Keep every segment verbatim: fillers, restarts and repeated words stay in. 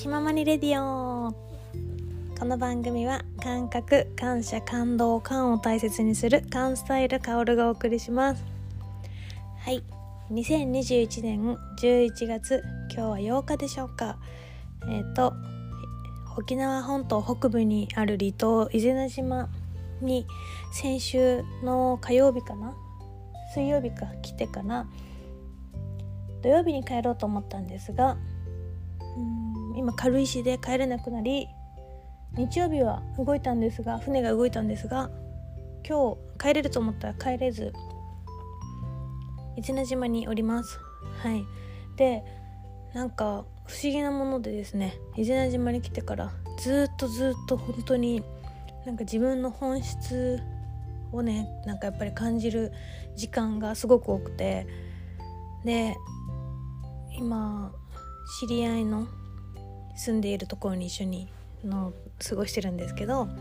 気ままにレディオ。この番組は感覚、感謝、感動、感を大切にする感スタイルカオルがお送りします。はい、にせんにじゅういちねんじゅういちがつ、今日はようかでしょうか。えっ、ー、と沖縄本島北部にある離島伊是名島に先週の火曜日かな水曜日か来てから土曜日に帰ろうと思ったんですが、うーん今軽石で帰れなくなり、日曜日は動いたんですが船が動いたんですが今日帰れると思ったら帰れず、伊是名島におります。はい。で、なんか不思議なものでですね、伊是名島に来てからずっとずっと本当になんか自分の本質をね、なんかやっぱり感じる時間がすごく多くて、で今知り合いの住んでいるところに一緒にの過ごしてるんですけど、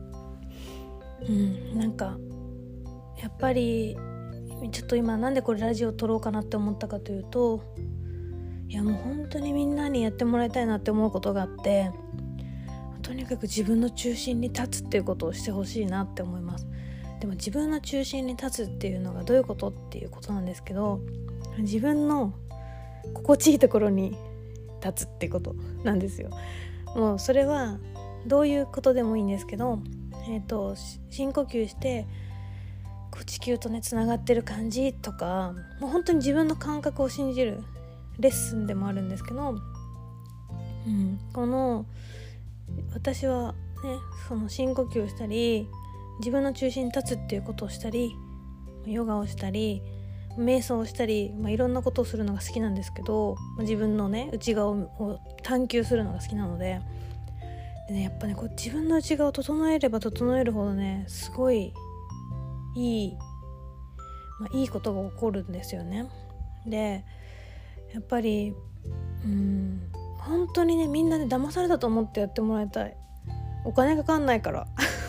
うんなんかやっぱりちょっと今なんでこれラジオ撮ろうかなって思ったかというと、いやもう本当にみんなにやってもらいたいなって思うことがあって、とにかく自分の中心に立つっていうことをしてほしいなって思います。でも自分の中心に立つっていうのがどういうことっていうことなんですけど、自分の心地いいところに立つってことなんですよ。もうそれはどういうことでもいいんですけど、えーと、深呼吸してこう地球とねつながってる感じとか、もう本当に自分の感覚を信じるレッスンでもあるんですけど、うん、この私はねその深呼吸をしたり自分の中心に立つっていうことをしたり、ヨガをしたり瞑想をしたり、まあ、いろんなことをするのが好きなんですけど、自分のね内側を探求するのが好きなので、でね、やっぱねこう自分の内側を整えれば整えるほどねすごいいい、まあ、いいことが起こるんですよね。でやっぱりうん本当にねみんなね騙されたと思ってやってもらいたい。お金かかんないから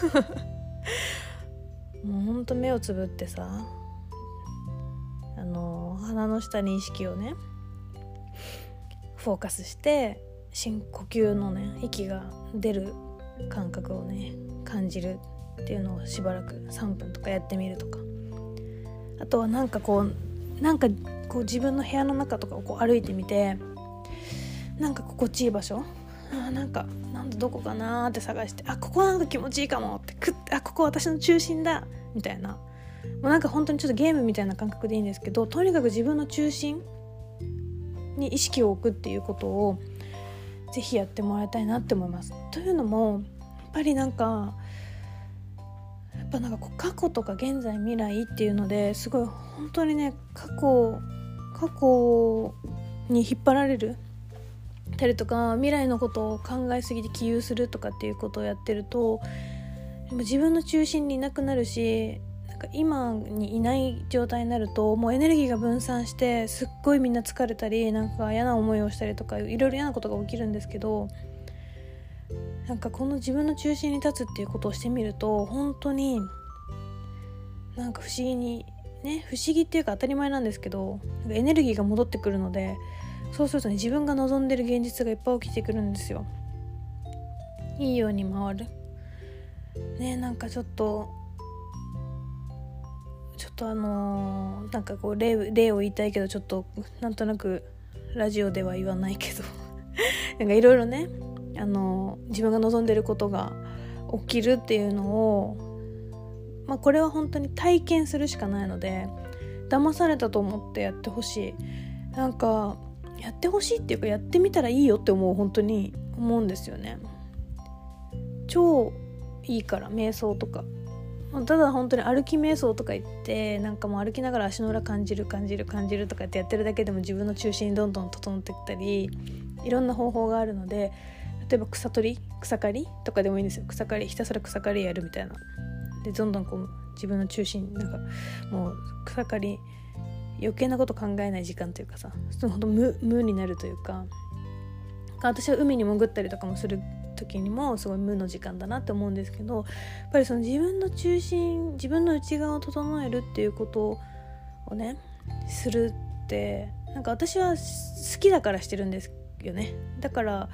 もう本当目をつぶってさ、あの鼻の下に意識をねフォーカスして深呼吸のね息が出る感覚をね感じるっていうのをしばらくさんぷんとかやってみるとか、あとはなんかこうなんかこう自分の部屋の中とかをこう歩いてみて、なんか心地いい場所、あなんかなんだどこかなって探して、あここなんか気持ちいいかもってくって、あここ私の中心だみたいな、もうなんか本当にちょっとゲームみたいな感覚でいいんですけど、とにかく自分の中心に意識を置くっていうことをぜひやってもらいたいなって思います。というのもやっぱりなんかやっぱなんかこう過去とか現在未来っていうのですごい本当にね過去過去に引っ張られるたりとか、未来のことを考えすぎて気憂するとかっていうことをやってると、自分の中心にいなくなるし、なんか今にいない状態になるともうエネルギーが分散してすっごいみんな疲れたり、なんか嫌な思いをしたりとかいろいろ嫌なことが起きるんですけど、なんかこの自分の中心に立つっていうことをしてみると本当になんか不思議にね、不思議っていうか当たり前なんですけど、なんかエネルギーが戻ってくるので、そうするとね自分が望んでる現実がいっぱい起きてくるんですよ。いいように回るね。なんかちょっとちょっとあのー、なんかこう 例, 例を言いたいけど、ちょっとなんとなくラジオでは言わないけどなんかいろいろね、あのー、自分が望んでることが起きるっていうのを、まあこれは本当に体験するしかないので、騙されたと思ってやってほしい。なんかやってほしいっていうか、やってみたらいいよって思う、本当に思うんですよね。超いいから瞑想とか、ただ本当に歩き瞑想とか言って、なんかもう歩きながら足の裏感じる感じる感じるとかってやってるだけでも自分の中心にどんどん整っていったり、いろんな方法があるので、例えば草取り草刈りとかでもいいんですよ。草刈りひたすら草刈りやるみたいなで、どんどんこう自分の中心、なんかもう草刈り余計なこと考えない時間というかさ、本当 無, 無になるというか、私は海に潜ったりとかもする時にもすごい無の時間だなって思うんですけど、やっぱりその自分の中心、自分の内側を整えるっていうことをねするって、なんか私は好きだからしてるんですよね。だからあ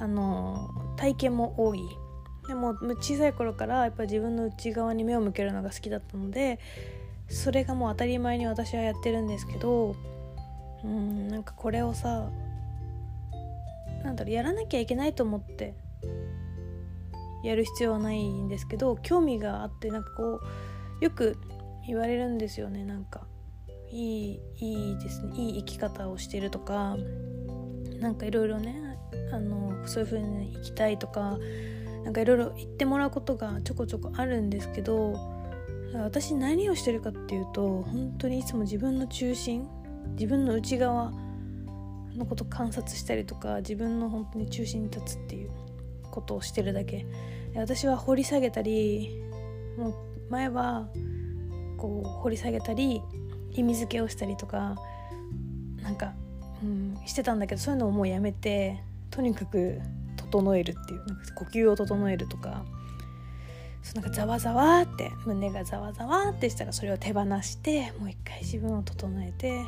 あの体験も多い。でも小さい頃からやっぱり自分の内側に目を向けるのが好きだったので、それがもう当たり前に私はやってるんですけど、うーんなんかこれをさ、なんだろう、やらなきゃいけないと思ってやる必要はないんですけど、興味があって、なんかこうよく言われるんですよね。なんかいいいいですね、いい生き方をしてるとか、なんかいろいろね、あのそういう風に生きたいとか、なんかいろいろ言ってもらうことがちょこちょこあるんですけど、私何をしてるかっていうと、本当にいつも自分の中心、自分の内側のことを観察したりとか、自分の本当に中心に立つっていうことをしてるだけ。私は掘り下げたり、もう前はこう掘り下げたり意味付けをしたりとかなんか、うん、してたんだけど、そういうのをもうやめて、とにかく整えるっていう、なんか呼吸を整えるとか、そうなんかざわざわって胸がざわざわってしたらそれを手放して、もう一回自分を整えてね、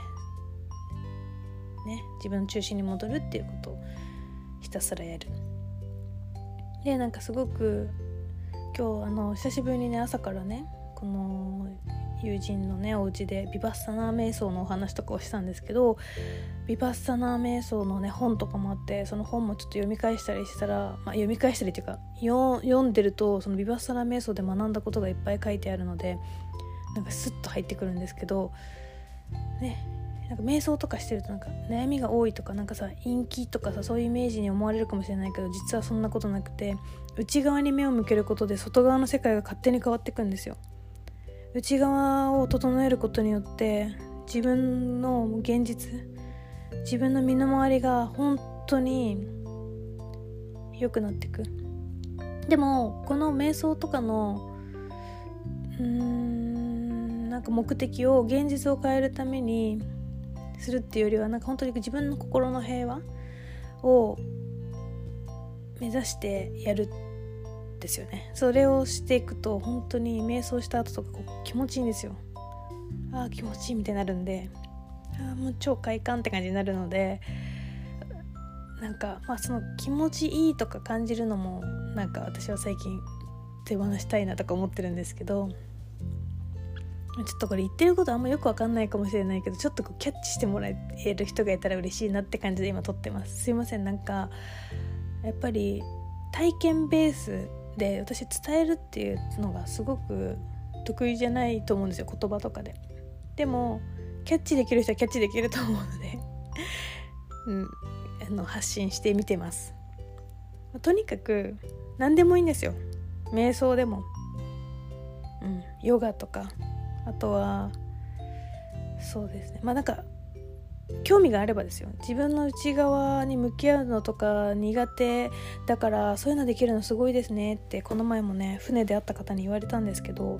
自分の中心に戻るっていうことをひたすらやる。でなんかすごく今日あの久しぶりにね、朝からね、この友人のねお家でビパッサナー瞑想のお話とかをしたんですけど、ビパッサナー瞑想のね本とかもあって、その本もちょっと読み返したりしたら、まあ、読み返したりっていうかよ読んでると、そのビパッサナー瞑想で学んだことがいっぱい書いてあるので、なんかスッと入ってくるんですけどね。なんか瞑想とかしてるとなんか悩みが多いとか、なんかさ陰気とかさ、そういうイメージに思われるかもしれないけど、実はそんなことなくて、内側に目を向けることで外側の世界が勝手に変わっていくんですよ。内側を整えることによって自分の現実、自分の身の回りが本当に良くなっていく。でもこの瞑想とかのうーんなんか目的を現実を変えるためにするっていうよりは、なんか本当に自分の心の平和を目指してやるですよね。それをしていくと本当に瞑想した後とかこう気持ちいいんですよ。ああ気持ちいいみたいになるんで、ああもう超快感って感じになるので、なんかまあその気持ちいいとか感じるのもなんか私は最近手放したいなとか思ってるんですけど、ちょっとこれ言ってることあんまよくわかんないかもしれないけど、ちょっとこうキャッチしてもらえる人がいたら嬉しいなって感じで今撮ってます。すいません。なんかやっぱり体験ベースで私伝えるっていうのがすごく得意じゃないと思うんですよ、言葉とかで。でもキャッチできる人はキャッチできると思うのでうん、あの発信してみてます。とにかく何でもいいんですよ。瞑想でも、うん、ヨガとか、あとはそうですね、まあなんか興味があればですよ。自分の内側に向き合うのとか苦手だからそういうのできるのすごいですねってこの前もね船で会った方に言われたんですけど、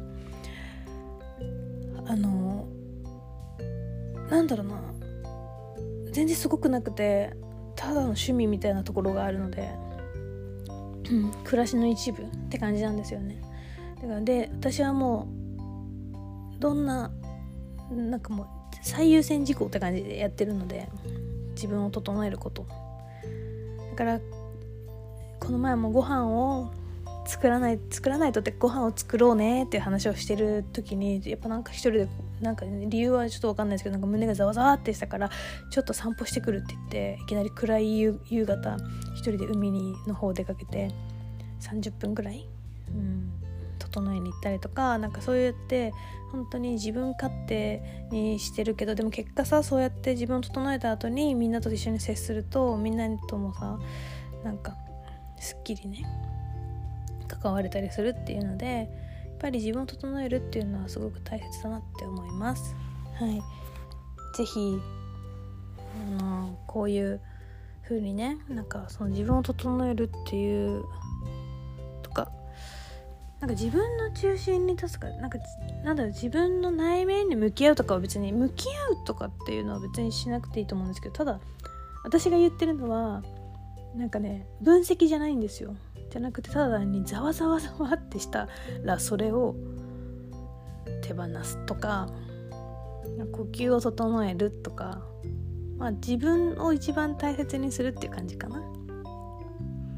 あのなんだろうな、全然すごくなくてただの趣味みたいなところがあるので、うん、暮らしの一部って感じなんですよね。だからで私はもうどんななんかもう最優先事項って感じでやってるので、自分を整えることだから、この前もご飯を作らない作らないとってご飯を作ろうねっていう話をしてる時に、やっぱなんか一人でなんか、ね、理由はちょっと分かんないですけど、なんか胸がざわざわってしたからちょっと散歩してくるって言って、いきなり暗い夕方一人で海にの方出かけてさんじゅっぷんぐらい、うん、整えに行ったりとか、なんかそうやって本当に自分勝手にしてるけど、でも結果さ、そうやって自分を整えた後にみんなと一緒に接すると、みんなともさなんかすっきりね関われたりするっていうので、やっぱり自分を整えるっていうのはすごく大切だなって思います。はい、ぜひあのこういう風にね、なんかその自分を整えるっていうとか、なんか自分の中心に立つか、なんかなんだろう、自分の内面に向き合うとかは別に向き合うとかっていうのは別にしなくていいと思うんですけど、ただ私が言ってるのはなんかね、分析じゃないんですよ。じゃなくて、ただにざわざわざわってしたらそれを手放すとか、呼吸を整えるとか、まあ自分を一番大切にするっていう感じかな。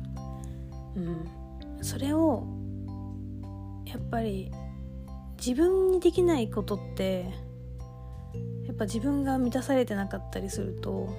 それをやっぱり自分にできないことってやっぱ自分が満たされてなかったりすると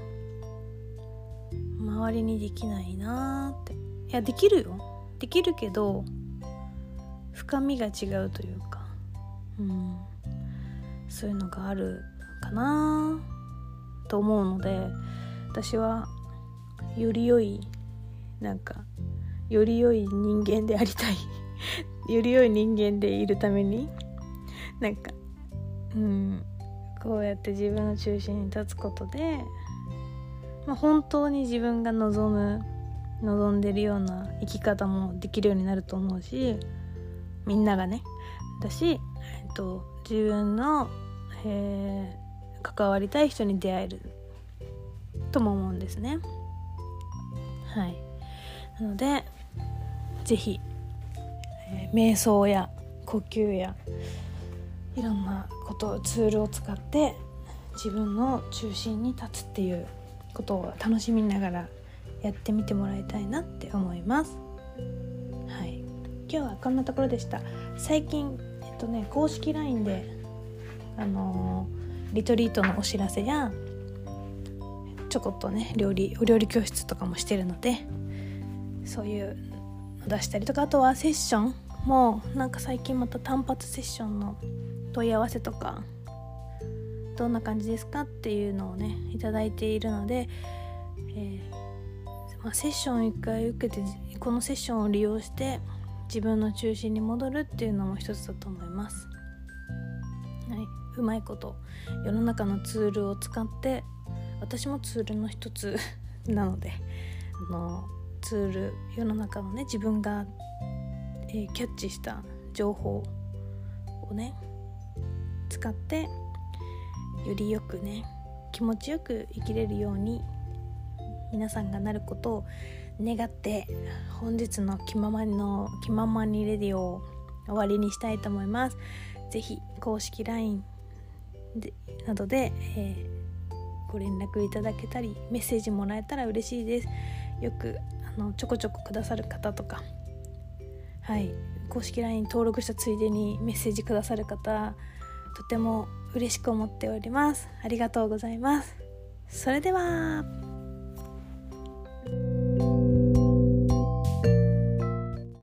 周りにできないなって。いやできるよ、できるけど深みが違うというか、うん、そういうのがあるかなと思うので、私はより良いなんかより良い人間でありたいより良い人間でいるためになんか、うん、こうやって自分の中心に立つことで、まあ、本当に自分が望む望んでるような生き方もできるようになると思うし、みんながねだし、えっと、自分の、えー、関わりたい人に出会えるとも思うんですね。はい。なのでぜひ、えー、瞑想や呼吸やいろんなことツールを使って自分の中心に立つっていうことを楽しみながらやってみてもらいたいなって思います。はい。今日はこんなところでした。最近えっとね公式 ライン であのー、リトリートのお知らせやちょこっとね料理お料理教室とかもしてるので、そういうの出したりとか、あとはセッションもなんか最近また単発セッションの問い合わせとかどんな感じですかっていうのをねいただいているので、えーまあ、セッションをいっかい受けてこのセッションを利用して自分の中心に戻るっていうのも一つだと思います。はい、うまいこと世の中のツールを使って、私もツールの一つなので、あのツール世の中のね自分が、えー、キャッチした情報をね使ってよりよくね気持ちよく生きれるように皆さんがなることを願って、本日の気ままにの気ままにレディオを終わりにしたいと思います。ぜひ公式 ライン でなどで、えー、ご連絡いただけたりメッセージもらえたら嬉しいです。よくあのちょこちょこくださる方とか、はい公式 ライン 登録したついでにメッセージくださる方、とても嬉しく思っております。ありがとうございます。それでは。